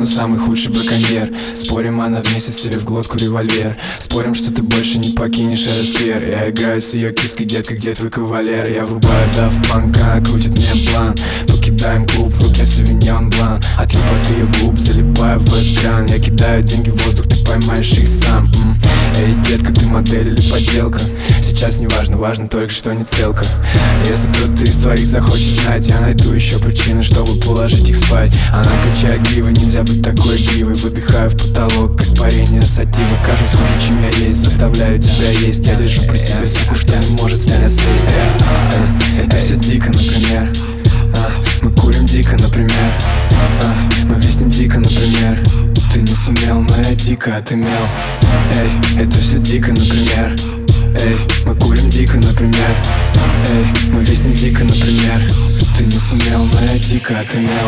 но самый худший браконьер. Спорим, она вместе себе в глотку револьвер. Спорим, что ты больше не покинешь этот сквер. Я играю с ее киской, детка, где твой кавалер? Я врубаю Daft Punk, она крутит мне блан. Покидаем клуб, в руке Sauvignon Blanc. Отлип от ее губ, залипаю в экран. Я кидаю деньги в воздух, ты поймаешь их сам. Эй, детка, ты модель или подделка? Сейчас не важно, важно только, что не целка. Если кто-то из твоих захочет знать, я найду еще причины, чтобы положить их спать. Она качает гривы, нельзя быть такой гривой. Выдыхаю в потолок, испарение сатива. Кажусь хуже, чем я есть, заставляю тебя есть. Я держу при себе суку, что не может с меня слезть. Это все дико, например. Мы курим дико, например. Мы виснем дико, например. Ты не сумел, но я дико отымел. Эй, это все дико, например. Эй, мы курим дико, например. Эй, мы виснем дико, например. Ты не сумел, но я дико отымел.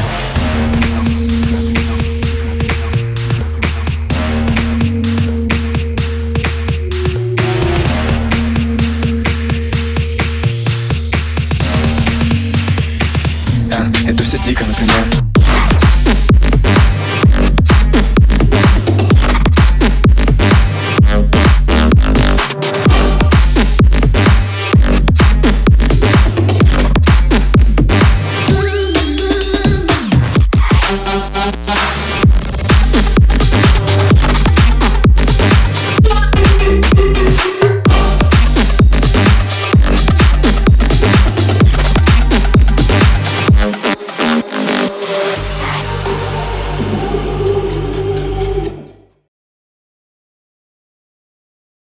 Это все дико, например.